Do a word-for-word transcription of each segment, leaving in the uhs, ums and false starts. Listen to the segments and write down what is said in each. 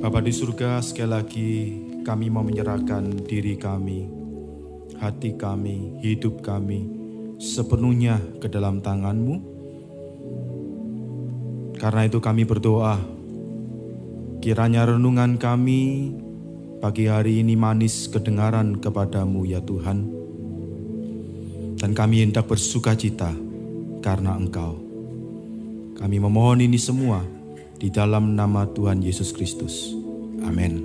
Bapa di surga, sekali lagi kami mau menyerahkan diri kami, hati kami, hidup kami sepenuhnya ke dalam tangan-Mu. Karena itu kami berdoa, kiranya renungan kami pagi hari ini manis kedengaran kepadamu ya Tuhan. Dan kami hendak bersukacita karena Engkau. Kami memohon ini semua di dalam nama Tuhan Yesus Kristus. Amin.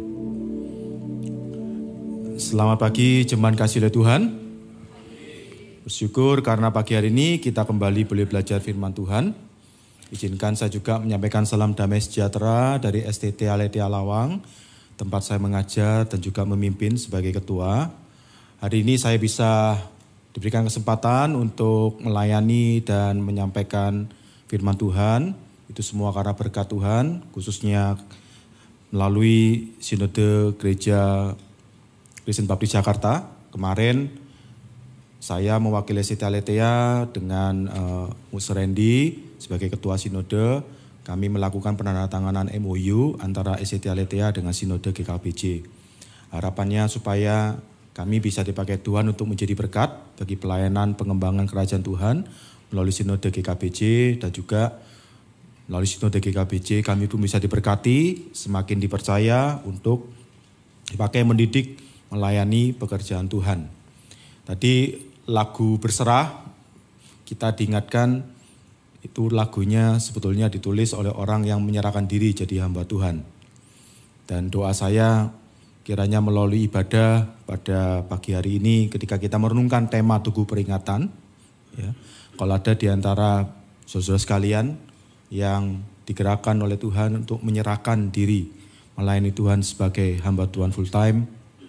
Selamat pagi jemaat kasih oleh Tuhan. Bersyukur karena pagi hari ini kita kembali boleh belajar firman Tuhan. Izinkan saya juga menyampaikan salam damai sejahtera dari S T T Aletheia Lawang, tempat saya mengajar dan juga memimpin sebagai ketua. Hari ini saya bisa diberikan kesempatan untuk melayani dan menyampaikan firman Tuhan. Itu semua karena berkat Tuhan, khususnya melalui Sinode Gereja Kristen Baptis Jakarta. Kemarin saya mewakili S T T Aletheia dengan uh, Mus Randy sebagai ketua Sinode. Kami melakukan penandatanganan M O U antara S T T Aletheia dengan Sinode G K B J. Harapannya supaya kami bisa dipakai Tuhan untuk menjadi berkat bagi pelayanan pengembangan kerajaan Tuhan melalui Sinode G K B J dan juga melalui Sinode G K B J kami pun bisa diberkati, semakin dipercaya untuk dipakai mendidik, melayani pekerjaan Tuhan. Tadi lagu Berserah, kita diingatkan itu lagunya sebetulnya ditulis oleh orang yang menyerahkan diri jadi hamba Tuhan. Dan doa saya kiranya melalui ibadah pada pagi hari ini ketika kita merenungkan tema Tugu Peringatan, ya, kalau ada di antara saudara sekalian yang digerakkan oleh Tuhan untuk menyerahkan diri melayani Tuhan sebagai hamba Tuhan full time,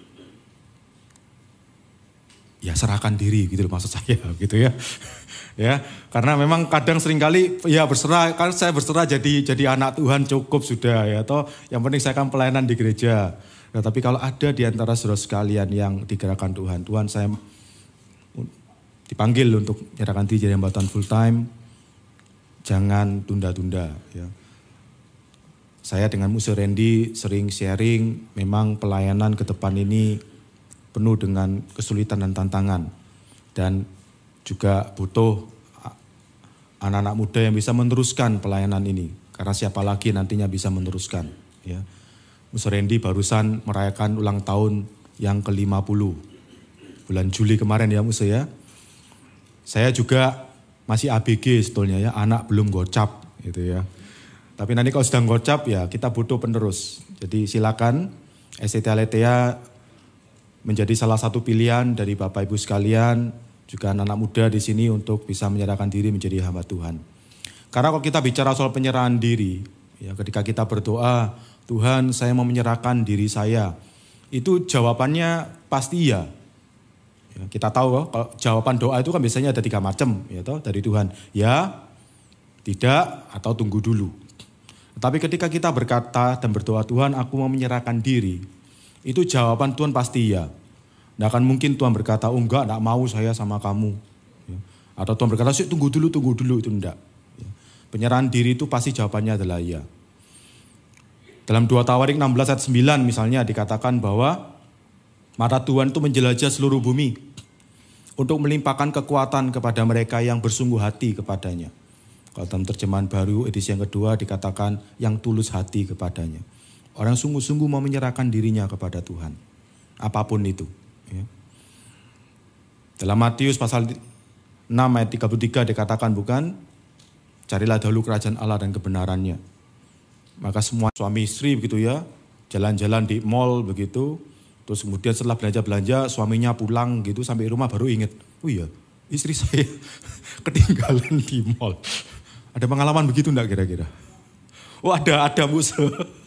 ya serahkan diri gitu loh maksud saya gitu ya. Ya, karena memang kadang seringkali ya berserah, kan saya berserah jadi jadi anak Tuhan cukup sudah ya, atau yang penting saya akan pelayanan di gereja. Nah, tapi kalau ada di antara saudara sekalian yang digerakkan Tuhan, Tuhan saya dipanggil untuk menyerahkan diri jadi hamba Tuhan full time, jangan tunda-tunda ya. Saya dengan Mus Randy sering sharing, memang pelayanan ke depan ini penuh dengan kesulitan dan tantangan. Dan juga butuh anak-anak muda yang bisa meneruskan pelayanan ini. Karena siapa lagi nantinya bisa meneruskan. Ya. Mus Randy barusan merayakan ulang tahun yang ke lima puluh. Bulan Juli kemarin ya Mus ya. Saya juga masih A B G sebetulnya ya, anak belum gocap gitu ya. Tapi nanti kalau sedang gocap ya kita butuh penerus. Jadi silakan S T T Aletheia menjadi salah satu pilihan dari Bapak Ibu sekalian, juga anak-anak muda di sini untuk bisa menyerahkan diri menjadi hamba Tuhan. Karena kalau kita bicara soal penyerahan diri, ya ketika kita berdoa, Tuhan saya mau menyerahkan diri saya, itu jawabannya pasti ya. Ya, kita tahu loh, kalau jawaban doa itu kan biasanya ada tiga macam, ya toh, dari Tuhan. Ya, tidak, atau tunggu dulu. Tapi ketika kita berkata dan berdoa, Tuhan aku mau menyerahkan diri, itu jawaban Tuhan pasti ya. Tidak akan mungkin Tuhan berkata, oh enggak, enggak mau saya sama kamu. Ya. Atau Tuhan berkata, sih tunggu dulu, tunggu dulu, itu enggak. Ya. Penyerahan diri itu pasti jawabannya adalah ya. Dalam dua Tawarik enam belas ayat sembilan misalnya dikatakan bahwa mata Tuhan itu menjelajah seluruh bumi untuk melimpahkan kekuatan kepada mereka yang bersungguh hati kepadanya. Kalau dalam terjemahan baru edisi yang kedua dikatakan yang tulus hati kepadanya. Orang sungguh-sungguh mau menyerahkan dirinya kepada Tuhan. Apapun itu. Ya. Dalam Matius pasal enam ayat tiga puluh tiga dikatakan bukan, carilah dahulu kerajaan Allah dan kebenarannya. Maka semua suami istri begitu ya, jalan-jalan di mall begitu. Terus kemudian setelah belanja-belanja suaminya pulang gitu sampai rumah baru ingat, oh iya istri saya ketinggalan di mall. Ada pengalaman begitu enggak kira-kira? Oh ada, ada musuh.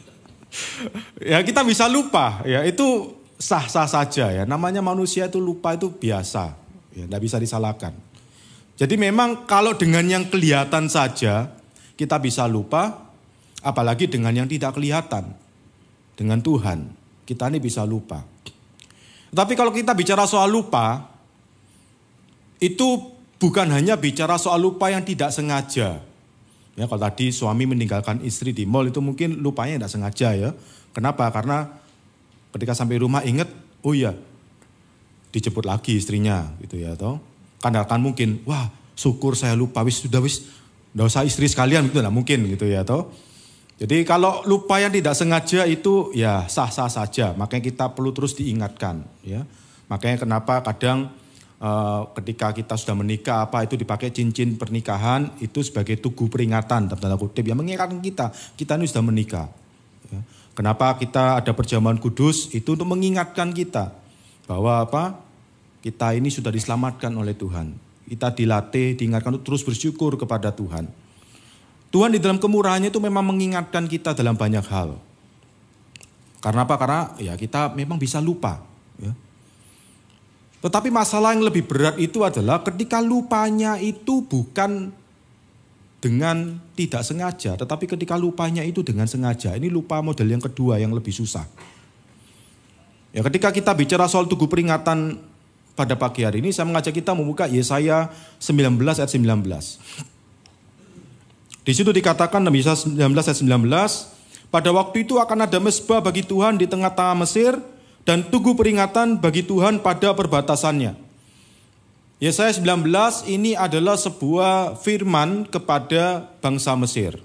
Ya kita bisa lupa, ya itu sah-sah saja ya. Namanya manusia itu lupa itu biasa, ya enggak bisa disalahkan. Jadi memang kalau dengan yang kelihatan saja kita bisa lupa, apalagi dengan yang tidak kelihatan. Dengan Tuhan, kita ini bisa lupa. Tapi kalau kita bicara soal lupa, itu bukan hanya bicara soal lupa yang tidak sengaja. Ya, kalau tadi suami meninggalkan istri di mall itu mungkin lupanya tidak sengaja ya. Kenapa? Karena ketika sampai rumah ingat, oh iya, dijemput lagi istrinya gitu ya toh. Kan mungkin, wah syukur saya lupa, wis sudah wis, nggak usah istri sekalian gitu, nah mungkin gitu ya toh. Jadi kalau lupa yang tidak sengaja itu ya sah-sah saja, makanya kita perlu terus diingatkan ya. Makanya kenapa kadang Uh, ketika kita sudah menikah apa itu dipakai cincin pernikahan itu sebagai tugu peringatan dalam tanda kutip yang mengingatkan kita kita ini sudah menikah ya. Kenapa kita ada perjamuan kudus itu untuk mengingatkan kita bahwa apa kita ini sudah diselamatkan oleh Tuhan, kita dilatih diingatkan untuk terus bersyukur kepada Tuhan. Tuhan di dalam kemurahannya itu memang mengingatkan kita dalam banyak hal. Karena apa? Karena ya kita memang bisa lupa ya. Tetapi masalah yang lebih berat itu adalah ketika lupanya itu bukan dengan tidak sengaja, tetapi ketika lupanya itu dengan sengaja. Ini lupa model yang kedua yang lebih susah. Ya, ketika kita bicara soal tugu peringatan pada pagi hari ini, saya mengajak kita membuka Yesaya sembilan belas ayat sembilan belas. Di situ dikatakan dalam Yesaya sembilan belas ayat sembilan belas, pada waktu itu akan ada mezbah bagi Tuhan di tengah-tengah Mesir, dan tugu peringatan bagi Tuhan pada perbatasannya. Yesaya sembilan belas ini adalah sebuah firman kepada bangsa Mesir.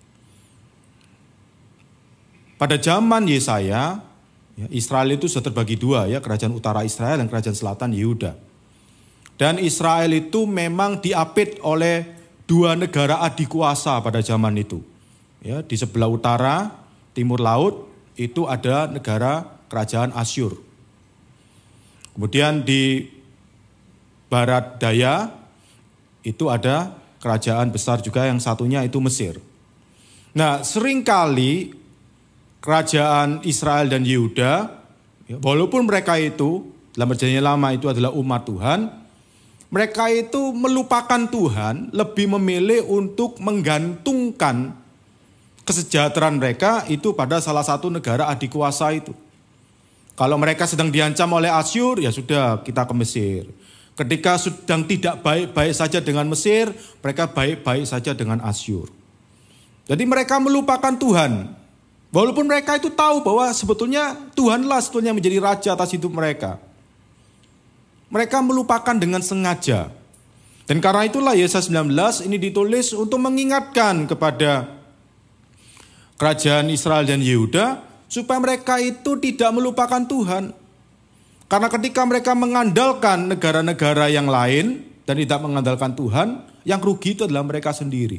Pada zaman Yesaya, Israel itu sudah terbagi dua ya, kerajaan utara Israel dan kerajaan selatan Yehuda. Dan Israel itu memang diapit oleh dua negara adikuasa pada zaman itu. Ya, di sebelah utara, timur laut, itu ada negara kerajaan Asyur. Kemudian di barat daya itu ada kerajaan besar juga yang satunya itu Mesir. Nah, seringkali kerajaan Israel dan Yehuda, walaupun mereka itu dalam perjanjian lama itu adalah umat Tuhan, mereka itu melupakan Tuhan, lebih memilih untuk menggantungkan kesejahteraan mereka itu pada salah satu negara adikuasa itu. Kalau mereka sedang diancam oleh Asyur, ya sudah kita ke Mesir. Ketika sedang tidak baik-baik saja dengan Mesir, mereka baik-baik saja dengan Asyur. Jadi mereka melupakan Tuhan. Walaupun mereka itu tahu bahwa sebetulnya Tuhanlah sebetulnya menjadi raja atas hidup mereka. Mereka melupakan dengan sengaja. Dan karena itulah Yesaya sembilan belas ini ditulis untuk mengingatkan kepada kerajaan Israel dan Yehuda, supaya mereka itu tidak melupakan Tuhan. Karena ketika mereka mengandalkan negara-negara yang lain dan tidak mengandalkan Tuhan, yang rugi itu adalah mereka sendiri.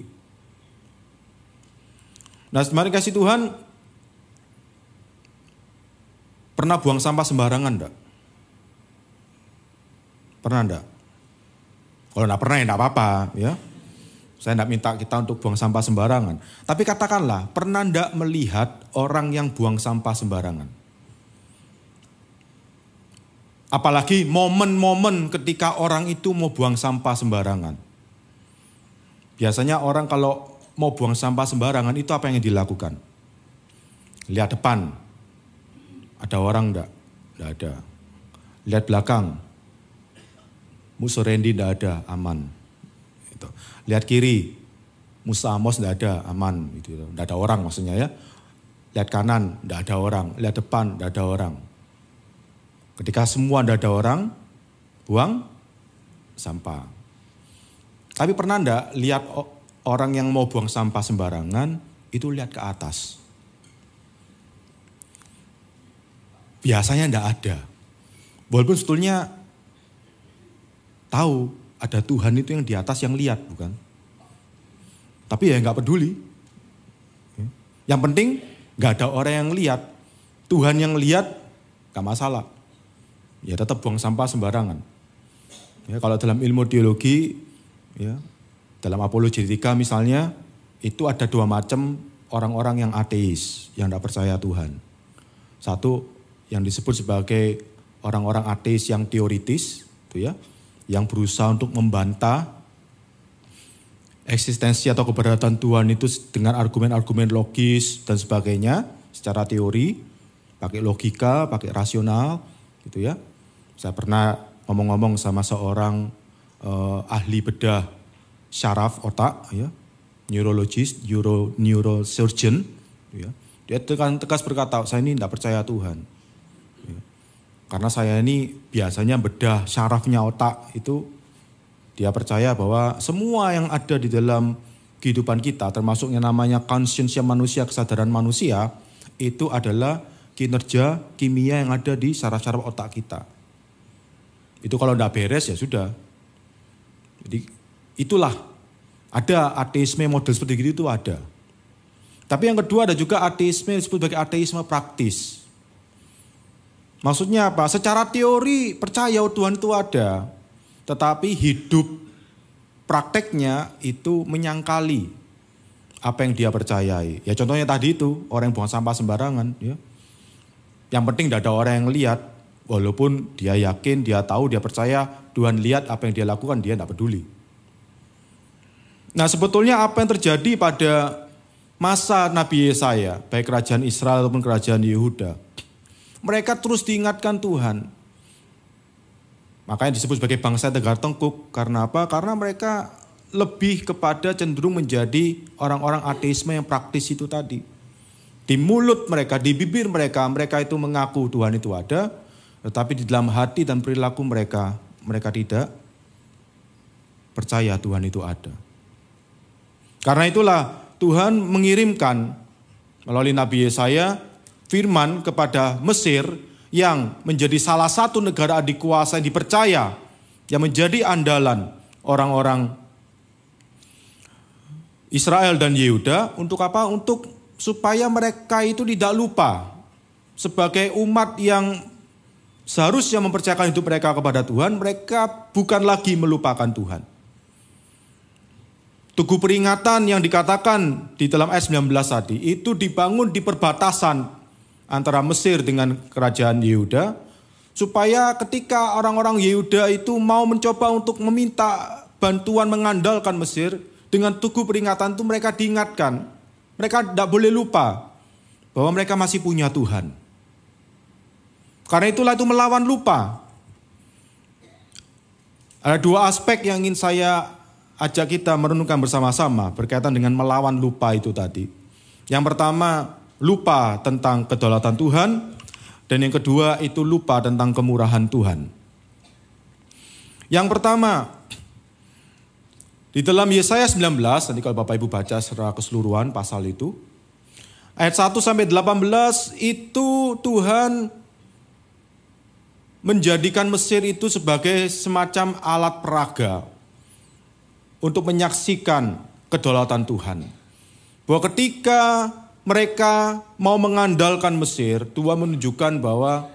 Nah, mari kasih Tuhan, pernah buang sampah sembarangan enggak? Pernah enggak? Kalau enggak pernah ya enggak apa-apa ya. Saya tidak minta kita untuk buang sampah sembarangan. Tapi katakanlah, pernah tidak melihat orang yang buang sampah sembarangan? Apalagi momen-momen ketika orang itu mau buang sampah sembarangan. Biasanya orang kalau mau buang sampah sembarangan itu apa yang dilakukan? Lihat depan, ada orang enggak? Tidak ada. Lihat belakang, musuh Randy tidak ada, aman. Lihat kiri, Musa Amos tidak ada, aman. Gitu. Tidak ada orang maksudnya ya. Lihat kanan, tidak ada orang. Lihat depan, tidak ada orang. Ketika semua tidak ada orang, buang sampah. Tapi pernah tidak lihat orang yang mau buang sampah sembarangan, itu lihat ke atas. Biasanya tidak ada. Walaupun sebetulnya tahu ada Tuhan itu yang di atas yang lihat, bukan? Tapi ya nggak peduli. Yang penting nggak ada orang yang lihat. Tuhan yang lihat nggak masalah. Ya tetap buang sampah sembarangan. Ya, kalau dalam ilmu teologi, ya, dalam apologetika misalnya, itu ada dua macam orang-orang yang ateis, yang tidak percaya Tuhan. Satu yang disebut sebagai orang-orang ateis yang teoritis, itu ya. Yang berusaha untuk membantah eksistensi atau keberadaan Tuhan itu dengan argumen-argumen logis dan sebagainya secara teori, pakai logika, pakai rasional, gitu ya. Saya pernah ngomong-ngomong sama seorang uh, ahli bedah syaraf otak, ya. neurologist, neuro, neurosurgeon, ya, dia tekan tegas berkata, saya ini tidak percaya Tuhan. Ya. Karena saya ini biasanya bedah syarafnya otak itu, dia percaya bahwa semua yang ada di dalam kehidupan kita, termasuk yang namanya conscience manusia, kesadaran manusia, itu adalah kinerja kimia yang ada di saraf-saraf otak kita. Itu kalau tidak beres ya sudah. Jadi itulah, ada ateisme model seperti itu ada. Tapi yang kedua ada juga ateisme yang disebut sebagai ateisme praktis. Maksudnya apa? Secara teori percaya Tuhan itu ada, tetapi hidup prakteknya itu menyangkali apa yang dia percayai. Ya contohnya tadi itu, orang yang buang sampah sembarangan. Ya. Yang penting tidak ada orang yang lihat, walaupun dia yakin, dia tahu, dia percaya Tuhan lihat apa yang dia lakukan, dia tidak peduli. Nah sebetulnya apa yang terjadi pada masa Nabi Yesaya, baik kerajaan Israel ataupun kerajaan Yehuda, mereka terus diingatkan Tuhan. Makanya disebut sebagai bangsa tegar tengkuk. Karena apa? Karena mereka lebih kepada cenderung menjadi orang-orang ateisme yang praktis itu tadi. Di mulut mereka, di bibir mereka, mereka itu mengaku Tuhan itu ada. Tetapi di dalam hati dan perilaku mereka, mereka tidak percaya Tuhan itu ada. Karena itulah Tuhan mengirimkan melalui Nabi Yesaya firman kepada Mesir yang menjadi salah satu negara adikuasa yang dipercaya, yang menjadi andalan orang-orang Israel dan Yehuda. Untuk apa? Untuk supaya mereka itu tidak lupa sebagai umat yang seharusnya mempercayakan hidup mereka kepada Tuhan, mereka bukan lagi melupakan Tuhan. Tugu peringatan yang dikatakan di dalam ayat sembilan belas tadi itu dibangun di perbatasan antara Mesir dengan kerajaan Yehuda, supaya ketika orang-orang Yehuda itu mau mencoba untuk meminta bantuan mengandalkan Mesir, dengan tugu peringatan itu mereka diingatkan. Mereka tidak boleh lupa bahwa mereka masih punya Tuhan. Karena itulah itu melawan lupa. Ada dua aspek yang ingin saya ajak kita merenungkan bersama-sama berkaitan dengan melawan lupa itu tadi. Yang pertama, lupa tentang kedaulatan Tuhan. Dan yang kedua itu lupa tentang kemurahan Tuhan. Yang pertama, di dalam Yesaya sembilan belas, nanti kalau Bapak Ibu baca secara keseluruhan pasal itu, ayat satu sampai delapan belas itu Tuhan menjadikan Mesir itu sebagai semacam alat peraga untuk menyaksikan kedaulatan Tuhan. Bahwa ketika mereka mau mengandalkan Mesir, Tuhan menunjukkan bahwa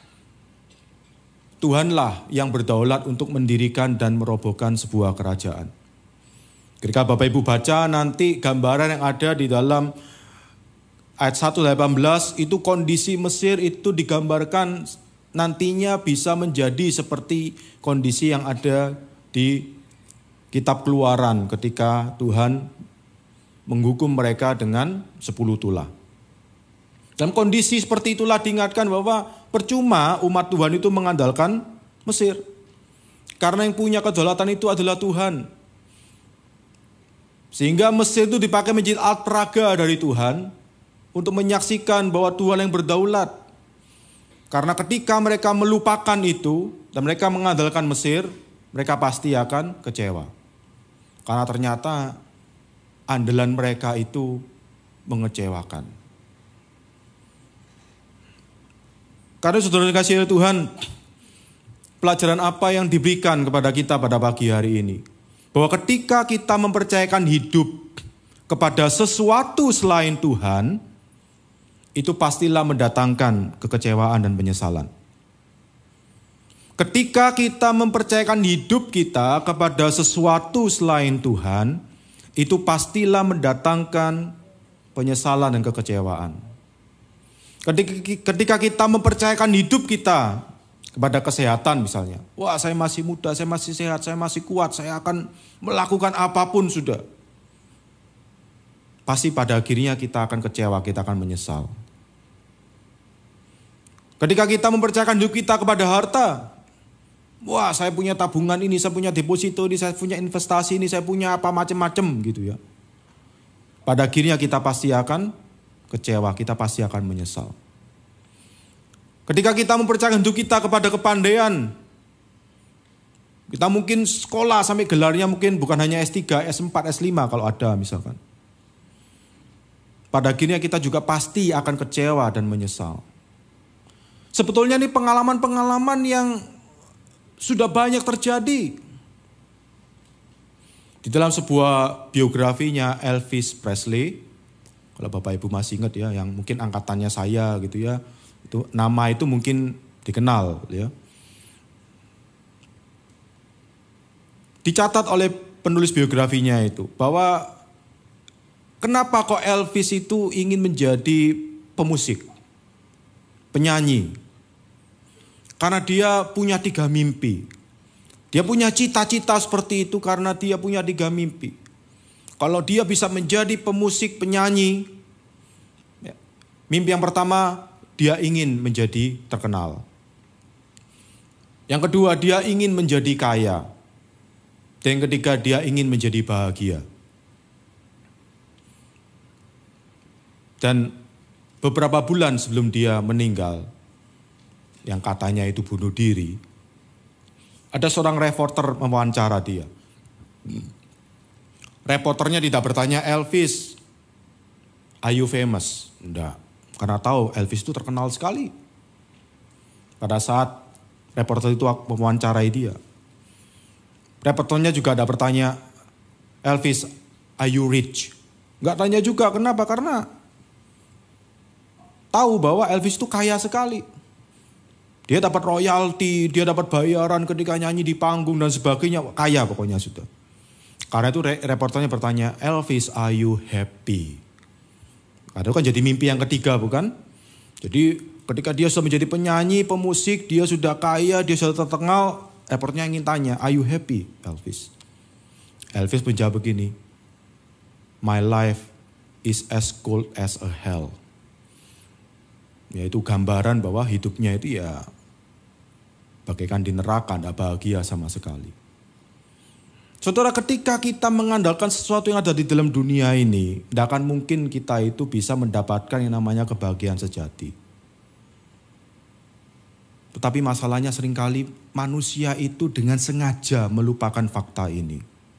Tuhanlah yang berdaulat untuk mendirikan dan merobohkan sebuah kerajaan. Ketika Bapak Ibu baca nanti gambaran yang ada di dalam ayat satu delapan belas itu kondisi Mesir itu digambarkan nantinya bisa menjadi seperti kondisi yang ada di kitab Keluaran ketika Tuhan menghukum mereka dengan sepuluh tulah. Dalam kondisi seperti itulah diingatkan bahwa percuma umat Tuhan itu mengandalkan Mesir. Karena yang punya kedaulatan itu adalah Tuhan. Sehingga Mesir itu dipakai menjadi alat peraga dari Tuhan untuk menyaksikan bahwa Tuhan yang berdaulat. Karena ketika mereka melupakan itu dan mereka mengandalkan Mesir, mereka pasti akan kecewa. Karena ternyata andalan mereka itu mengecewakan. Karena saudara dikasihi Tuhan, pelajaran apa yang diberikan kepada kita pada pagi hari ini? Bahwa ketika kita mempercayakan hidup kepada sesuatu selain Tuhan, itu pastilah mendatangkan kekecewaan dan penyesalan. Ketika kita mempercayakan hidup kita kepada sesuatu selain Tuhan, itu pastilah mendatangkan penyesalan dan kekecewaan. Ketika kita mempercayakan hidup kita kepada kesehatan misalnya. Wah, saya masih muda, saya masih sehat, saya masih kuat, saya akan melakukan apapun sudah. Pasti pada akhirnya kita akan kecewa, kita akan menyesal. Ketika kita mempercayakan hidup kita kepada harta. Wah, saya punya tabungan ini, saya punya deposito ini, saya punya investasi ini, saya punya apa macam-macam gitu ya. pada akhirnya kita pasti akan kecewa, kita pasti akan menyesal. Ketika kita mempercayakan hidup kita kepada kepandaian, kita mungkin sekolah sampai gelarnya mungkin bukan hanya S tiga, S empat, S lima kalau ada misalkan. Pada akhirnya kita juga pasti akan kecewa dan menyesal. Sebetulnya ini pengalaman-pengalaman yang sudah banyak terjadi. Di dalam sebuah biografinya Elvis Presley, kalau Bapak Ibu masih ingat ya, yang mungkin angkatannya saya gitu ya, itu nama itu mungkin dikenal ya. Dicatat oleh penulis biografinya itu bahwa kenapa kok Elvis itu ingin menjadi pemusik, penyanyi. Karena dia punya tiga mimpi. Dia punya cita-cita seperti itu karena dia punya tiga mimpi. Kalau dia bisa menjadi pemusik, penyanyi, ya, mimpi yang pertama dia ingin menjadi terkenal. Yang kedua dia ingin menjadi kaya. Dan yang ketiga dia ingin menjadi bahagia. Dan beberapa bulan sebelum dia meninggal, yang katanya itu bunuh diri, ada seorang reporter mewawancara dia. Reporternya tidak bertanya, Elvis, are you famous? Enggak, karena tahu Elvis itu terkenal sekali. Pada saat reporter itu mewawancarai dia, reporternya juga ada bertanya, Elvis, are you rich? Enggak tanya juga, kenapa? Karena tahu bahwa Elvis itu kaya sekali. Dia dapat royalti, dia dapat bayaran ketika nyanyi di panggung dan sebagainya. Kaya pokoknya sudah. Karena itu reporternya bertanya, Elvis, are you happy? Karena itu kan jadi mimpi yang ketiga bukan? Jadi ketika dia sudah menjadi penyanyi, pemusik, dia sudah kaya, dia sudah terkenal. Reporternya ingin tanya, are you happy, Elvis? Elvis menjawab begini, my life is as cold as a hell. Yaitu gambaran bahwa hidupnya itu ya bagaikan di neraka, tidak bahagia sama sekali. Saudara, ketika kita mengandalkan sesuatu yang ada di dalam dunia ini, tidak akan mungkin kita itu bisa mendapatkan yang namanya kebahagiaan sejati. Tetapi masalahnya seringkali manusia itu dengan sengaja melupakan fakta ini.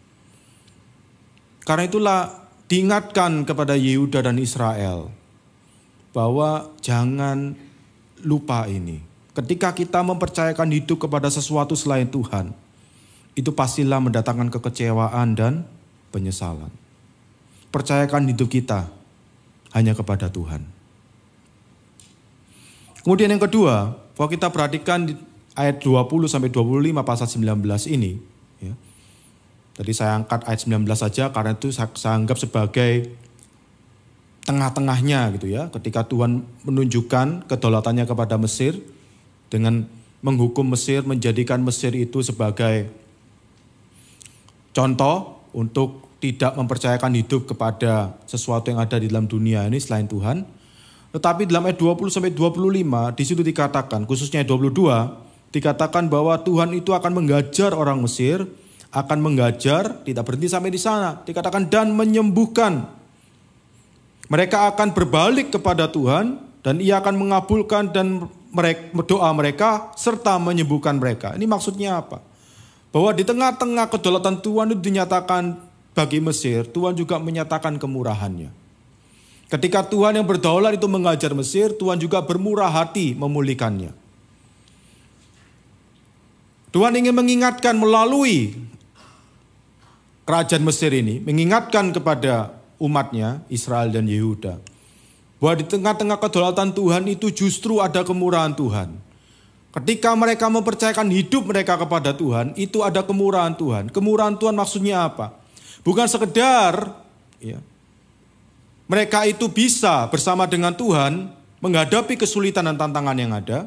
Karena itulah diingatkan kepada Yehuda dan Israel bahwa jangan lupa ini. Ketika kita mempercayakan hidup kepada sesuatu selain Tuhan, itu pastilah mendatangkan kekecewaan dan penyesalan. Percayakan hidup kita hanya kepada Tuhan. Kemudian yang kedua, kalau kita perhatikan di ayat dua puluh sampai dua puluh lima pasal sembilan belas ini, ya. Tadi saya angkat ayat sembilan belas saja karena itu saya, saya anggap sebagai tengah-tengahnya gitu ya. Ketika Tuhan menunjukkan kedaulatannya kepada Mesir dengan menghukum Mesir, menjadikan Mesir itu sebagai contoh untuk tidak mempercayakan hidup kepada sesuatu yang ada di dalam dunia ini selain Tuhan. Tetapi dalam ayat dua puluh sampai dua puluh lima di situ dikatakan, khususnya ayat dua puluh dua, dikatakan bahwa Tuhan itu akan menggajar orang Mesir, akan menggajar, tidak berhenti sampai di sana. Dikatakan dan menyembuhkan. Mereka akan berbalik kepada Tuhan dan Ia akan mengabulkan dan mereka, doa mereka serta menyembuhkan mereka. Ini maksudnya apa? Bahwa di tengah-tengah kedaulatan Tuhan itu dinyatakan bagi Mesir, Tuhan juga menyatakan kemurahannya. Ketika Tuhan yang berdaulat itu mengajar Mesir, Tuhan juga bermurah hati memulihkannya. Tuhan ingin mengingatkan melalui kerajaan Mesir ini, mengingatkan kepada umatnya, Israel dan Yehuda, bahwa di tengah-tengah kedaulatan Tuhan itu justru ada kemurahan Tuhan. Ketika mereka mempercayakan hidup mereka kepada Tuhan, itu ada kemurahan Tuhan. Kemurahan Tuhan maksudnya apa? Bukan sekedar ya, mereka itu bisa bersama dengan Tuhan menghadapi kesulitan dan tantangan yang ada.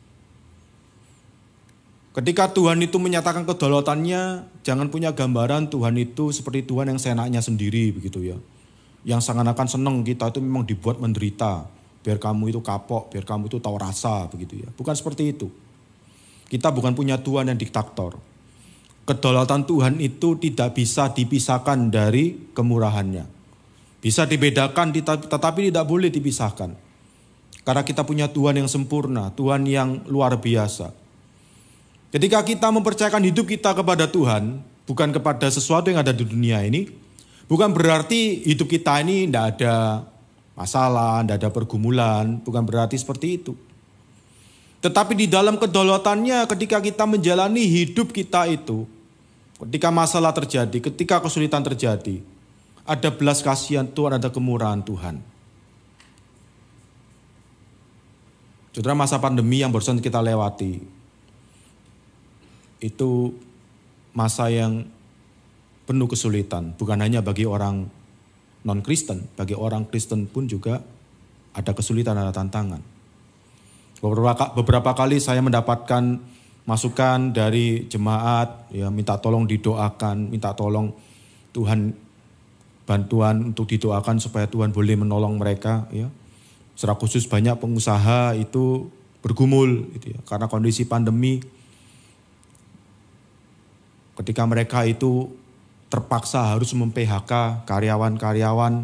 Ketika Tuhan itu menyatakan kedaulatannya, jangan punya gambaran Tuhan itu seperti Tuhan yang seenaknya sendiri begitu ya. Yang seakan-akan senang kita itu memang dibuat menderita. Biar kamu itu kapok, biar kamu itu tahu rasa begitu ya. Bukan seperti itu. Kita bukan punya Tuhan yang diktator. Kedaulatan Tuhan itu tidak bisa dipisahkan dari kemurahannya. Bisa dibedakan tetapi tidak boleh dipisahkan. Karena kita punya Tuhan yang sempurna, Tuhan yang luar biasa. Ketika kita mempercayakan hidup kita kepada Tuhan, bukan kepada sesuatu yang ada di dunia ini, bukan berarti hidup kita ini tidak ada masalah, tidak ada pergumulan, bukan berarti seperti itu. Tetapi di dalam kedaulatannya ketika kita menjalani hidup kita itu, ketika masalah terjadi, ketika kesulitan terjadi, ada belas kasihan Tuhan, ada kemurahan Tuhan. Saudara, masa pandemi yang barusan kita lewati, itu masa yang penuh kesulitan. Bukan hanya bagi orang non-Kristen, bagi orang Kristen pun juga ada kesulitan, ada tantangan. Beberapa, beberapa kali saya mendapatkan masukan dari jemaat, ya minta tolong didoakan, minta tolong Tuhan bantuan untuk didoakan supaya Tuhan boleh menolong mereka, ya. Secara khusus banyak pengusaha itu bergumul gitu ya, karena kondisi pandemi. Ketika mereka itu terpaksa harus mem-P H K karyawan-karyawan,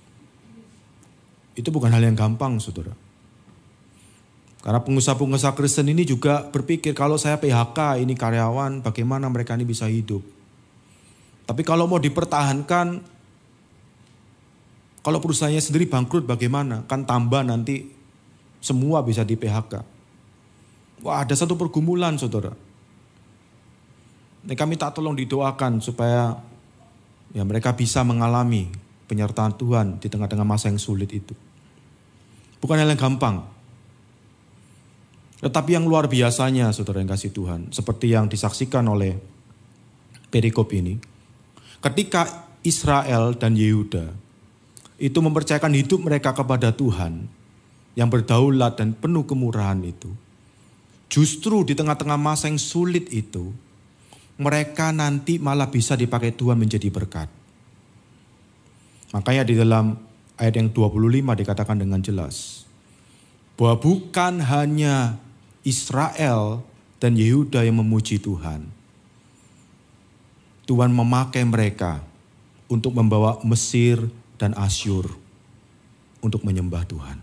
itu bukan hal yang gampang, saudara. Karena pengusaha-pengusaha Kristen ini juga berpikir kalau saya P H K ini karyawan, bagaimana mereka ini bisa hidup. Tapi kalau mau dipertahankan, kalau perusahaannya sendiri bangkrut bagaimana? Kan tambah nanti semua bisa di P H K. Wah, ada satu pergumulan, saudara. Mereka minta tolong didoakan supaya ya mereka bisa mengalami penyertaan Tuhan di tengah-tengah masa yang sulit itu. Bukan hal yang gampang. Tetapi yang luar biasanya, saudara yang kasih Tuhan, seperti yang disaksikan oleh perikop ini. Ketika Israel dan Yehuda itu mempercayakan hidup mereka kepada Tuhan yang berdaulat dan penuh kemurahan itu, justru di tengah-tengah masa yang sulit itu, mereka nanti malah bisa dipakai Tuhan menjadi berkat. Makanya di dalam ayat yang dua puluh lima dikatakan dengan jelas, bahwa bukan hanya Israel dan Yehuda yang memuji Tuhan. Tuhan memakai mereka untuk membawa Mesir dan Asyur untuk menyembah Tuhan.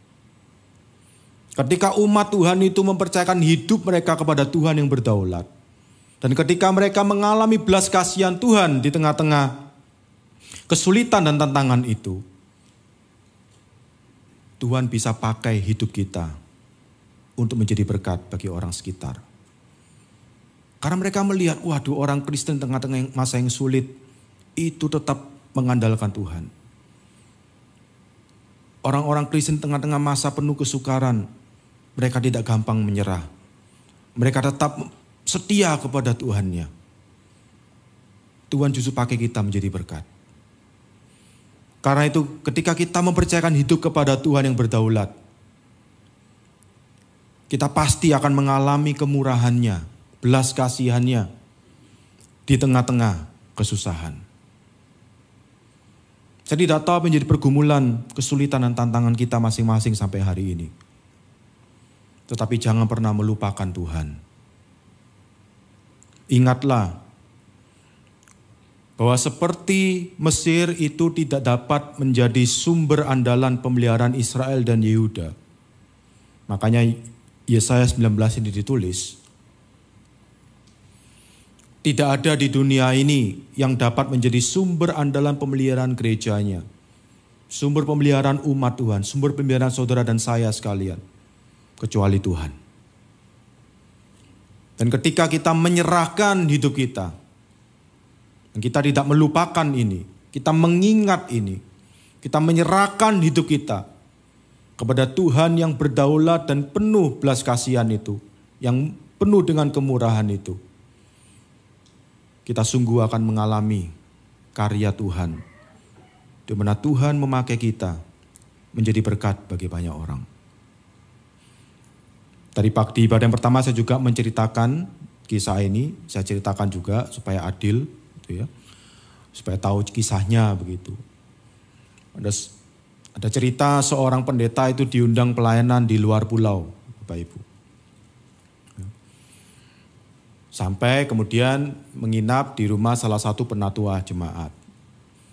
Ketika umat Tuhan itu mempercayakan hidup mereka kepada Tuhan yang berdaulat, dan ketika mereka mengalami belas kasihan Tuhan di tengah-tengah kesulitan dan tantangan itu, Tuhan bisa pakai hidup kita untuk menjadi berkat bagi orang sekitar. Karena mereka melihat, waduh, orang Kristen tengah-tengah masa yang sulit itu tetap mengandalkan Tuhan. Orang-orang Kristen tengah-tengah masa penuh kesukaran, mereka tidak gampang menyerah. Mereka tetap setia kepada Tuhannya. Tuhan justru pakai kita menjadi berkat. Karena itu ketika kita mempercayakan hidup kepada Tuhan yang berdaulat, kita pasti akan mengalami kemurahannya, belas kasihannya di tengah-tengah kesusahan. Saya tidak tahu apa yang menjadi pergumulan, kesulitan dan tantangan kita masing-masing sampai hari ini. Tetapi jangan pernah melupakan Tuhan. Ingatlah bahwa seperti Mesir itu tidak dapat menjadi sumber andalan pemeliharaan Israel dan Yehuda. Makanya Yesaya sembilan belas ini ditulis. Tidak ada di dunia ini yang dapat menjadi sumber andalan pemeliharaan gerejanya. Sumber pemeliharaan umat Tuhan, sumber pemeliharaan saudara dan saya sekalian. Kecuali Tuhan. Dan ketika kita menyerahkan hidup kita, dan kita tidak melupakan ini, kita mengingat ini, kita menyerahkan hidup kita kepada Tuhan yang berdaulat dan penuh belas kasihan itu, yang penuh dengan kemurahan itu, kita sungguh akan mengalami karya Tuhan, di mana Tuhan memakai kita menjadi berkat bagi banyak orang. Tadi pagi ibadah yang pertama saya juga menceritakan kisah ini, saya ceritakan juga supaya adil, gitu ya, supaya tahu kisahnya begitu. Ada ada cerita seorang pendeta itu diundang pelayanan di luar pulau, Bapak Ibu. Sampai kemudian menginap di rumah salah satu penatua jemaat.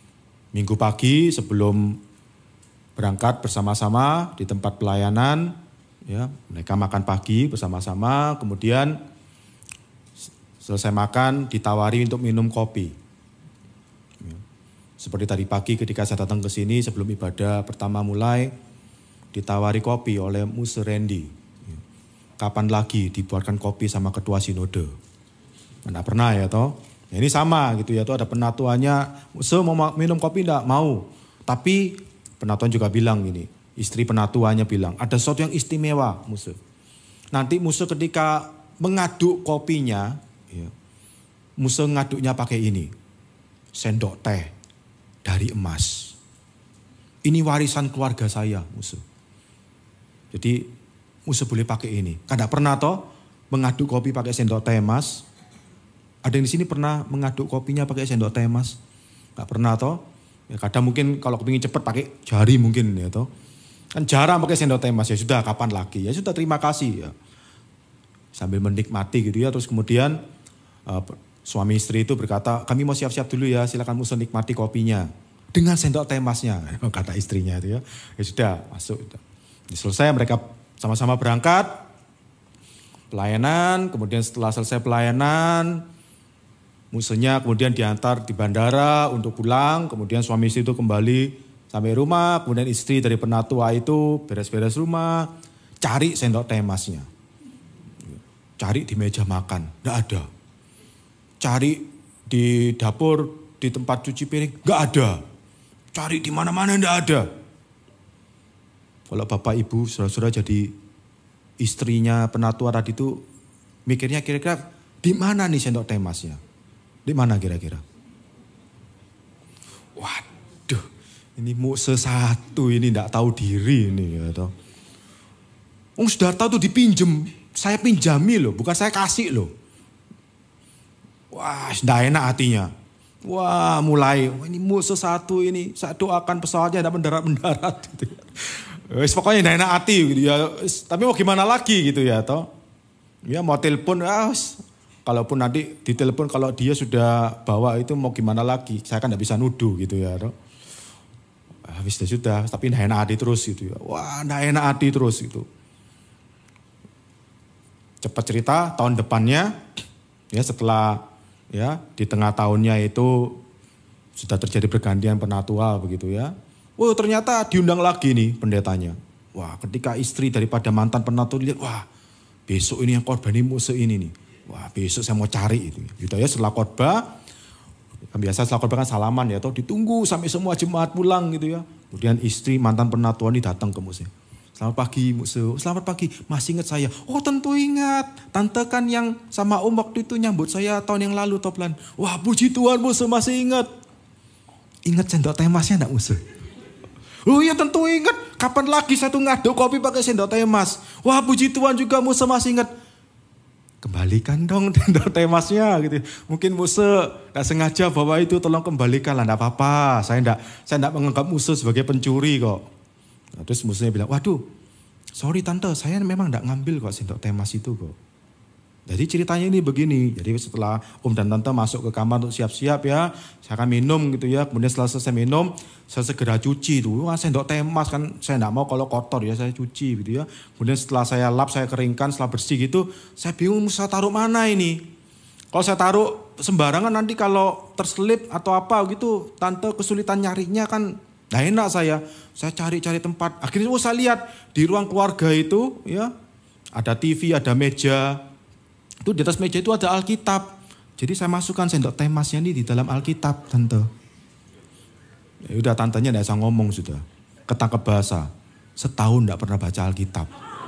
Minggu pagi sebelum berangkat bersama-sama di tempat pelayanan, ya, mereka makan pagi bersama-sama, kemudian selesai makan ditawari untuk minum kopi. Ya. Seperti tadi pagi ketika saya datang ke sini sebelum ibadah pertama mulai, ditawari kopi oleh Muse Randy. Ya. Kapan lagi dibuatkan kopi sama ketua sinode? Tidak pernah ya toh. Ya, ini sama gitu ya, tuh ada penatuannya, Muse mau minum kopi enggak? Mau. Tapi penatuan juga bilang gini, istri penatuannya bilang, ada sesuatu yang istimewa Muse. Nanti Muse ketika mengaduk kopinya, ya, Muse ngaduknya pakai ini, sendok teh dari emas. Ini warisan keluarga saya Muse. Jadi Muse boleh pakai ini. Kan enggak pernah toh mengaduk kopi pakai sendok teh emas. Ada yang di sini pernah mengaduk kopinya pakai sendok teh emas? Gak pernah toh? Ya, kadang mungkin kalau kepingin cepet pakai jari mungkin ya toh. Kan jarang pakai sendok teh emas, ya sudah kapan lagi? Ya sudah terima kasih ya. Sambil menikmati gitu ya, terus kemudian uh, suami istri itu berkata, kami mau siap-siap dulu ya, silakan Muse nikmati kopinya. Dengan sendok teh emasnya, kata istrinya itu ya. Ya sudah masuk. Selesai mereka sama-sama berangkat, pelayanan, kemudian setelah selesai pelayanan, Musenya kemudian diantar di bandara untuk pulang, kemudian suami istri itu kembali sampai rumah, kemudian istri dari penatua itu beres-beres rumah, cari sendok teh emasnya. Cari di meja makan, enggak ada. Cari di dapur, di tempat cuci piring, enggak ada. Cari di mana-mana enggak ada. Kalau bapak ibu, saudara-saudara jadi istrinya penatua tadi itu mikirnya kira-kira di mana nih sendok teh emasnya? Di mana kira-kira? Waduh, ini Muse satu ini enggak tahu diri ini ya toh. Wong sudah tahu tuh dipinjem, saya pinjami loh, bukan saya kasih loh. Wah, enggak enak hatinya. Wah, mulai ini Muse satu ini, saya doakan pesawatnya enggak mendarat-mendarat gitu ya. Wis pokoknya enggak enak hati gitu ya. Tapi mau gimana lagi gitu ya toh. Ya mau telepon, ah, kalaupun nanti ditelepon kalau dia sudah bawa itu mau gimana lagi. Saya kan enggak bisa nuduh gitu ya toh. Habis itu sudah, tapi enggak enak hati terus gitu ya. Wah, enggak enak hati terus gitu. Cepat cerita tahun depannya ya setelah ya di tengah tahunnya itu sudah terjadi pergantian penatua begitu ya. Wah, ternyata diundang lagi nih pendetanya. Wah, ketika istri daripada mantan penatua lihat, wah, besok ini yang korban ini Muse ini nih. Wah, besok saya mau cari itu. Gitu ya, setelah khotbah, kan biasa setelah khotbah kan salaman ya, toh ditunggu sampai semua jemaat pulang gitu ya. Kemudian istri mantan penatua ini datang ke Muse. Selamat pagi Muse, selamat pagi, masih ingat saya? Oh tentu ingat, tante kan yang sama om waktu itu nyambut saya tahun yang lalu Toplan. Wah puji Tuhan Muse masih ingat. Ingat sendok teh emasnya enggak Muse? Oh iya tentu ingat, kapan lagi saya tuh ngaduk kopi pakai sendok teh emas. Wah puji Tuhan juga Muse masih ingat. Kembalikan dong sendok teh emasnya gitu. Mungkin Muse gak sengaja bawa itu, tolong kembalikan lah, enggak apa-apa. Saya enggak, saya enggak menganggap Muse sebagai pencuri kok. Nah, terus Musenya bilang, waduh sorry tante saya memang enggak ngambil kok sendok teh emas itu kok. Jadi ceritanya ini begini, jadi setelah om dan tante masuk ke kamar untuk siap-siap ya, saya akan minum gitu ya, kemudian setelah selesai minum, saya segera cuci tuh, wah sendok teh emas kan saya enggak mau kalau kotor ya, saya cuci gitu ya. Kemudian setelah saya lap, saya keringkan, setelah bersih gitu, saya bingung saya taruh mana ini. Kalau saya taruh sembarangan nanti kalau terselip atau apa gitu, tante kesulitan nyarinya kan, nah enak saya, saya cari-cari tempat. Akhirnya oh, saya lihat di ruang keluarga itu ya, ada T V, ada meja. Itu di atas meja itu ada Alkitab. Jadi saya masukkan sendok teh emasnya ini di dalam Alkitab, tante. Ya udah tantenya enggak usah ngomong sudah. Ketangkep bahasa. Setahun enggak pernah baca Alkitab.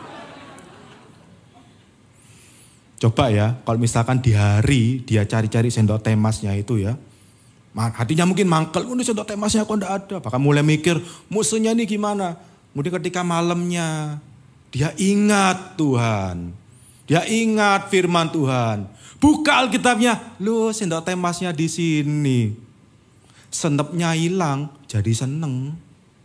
Coba ya, kalau misalkan di hari dia cari-cari sendok teh emasnya itu ya. Hatinya mungkin mangkel, oh, ini sendok teh emasnya kok enggak ada. Bahkan mulai mikir, musuhnya ini gimana. Kemudian ketika malamnya, dia ingat Tuhan. Dia ingat firman Tuhan. Buka Alkitabnya, loh sendok teh emasnya di sini. Senepnya hilang, jadi seneng.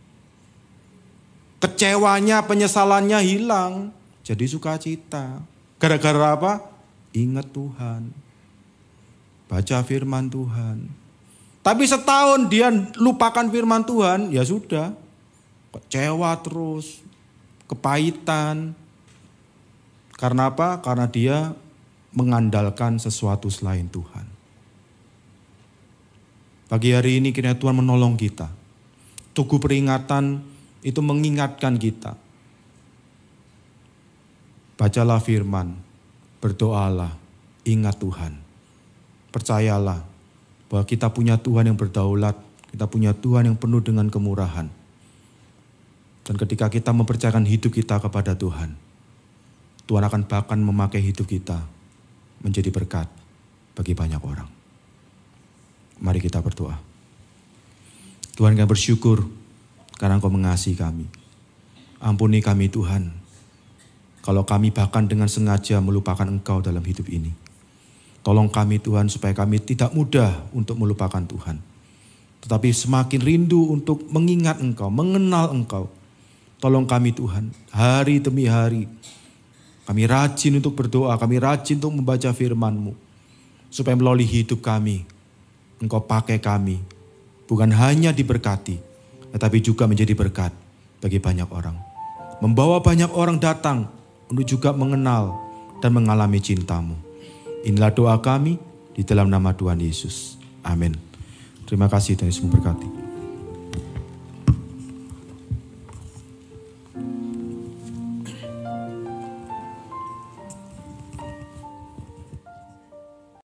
Kecewanya, penyesalannya hilang, jadi sukacita. Gara-gara apa? Ingat Tuhan. Baca firman Tuhan. Tapi setahun dia lupakan firman Tuhan, ya sudah. Kecewa terus, kepahitan. Karena apa? Karena dia mengandalkan sesuatu selain Tuhan. Pagi hari ini kiranya Tuhan menolong kita. Tugu peringatan itu mengingatkan kita. Bacalah firman, berdoalah, ingat Tuhan. Percayalah bahwa kita punya Tuhan yang berdaulat, kita punya Tuhan yang penuh dengan kemurahan. Dan ketika kita mempercayakan hidup kita kepada Tuhan, Tuhan akan bahkan memakai hidup kita menjadi berkat bagi banyak orang. Mari kita berdoa. Tuhan, kami bersyukur karena Engkau mengasihi kami. Ampuni kami Tuhan, kalau kami bahkan dengan sengaja melupakan Engkau dalam hidup ini. Tolong kami Tuhan supaya kami tidak mudah untuk melupakan Tuhan. Tetapi semakin rindu untuk mengingat Engkau, mengenal Engkau. Tolong kami Tuhan, hari demi hari. Kami rajin untuk berdoa, kami rajin untuk membaca firman-Mu. Supaya melalui hidup kami, Engkau pakai kami. Bukan hanya diberkati, tetapi juga menjadi berkat bagi banyak orang. Membawa banyak orang datang untuk juga mengenal dan mengalami cinta-Mu. Inilah doa kami di dalam nama Tuhan Yesus. Amin. Terima kasih, Tuhan Yesus memberkati.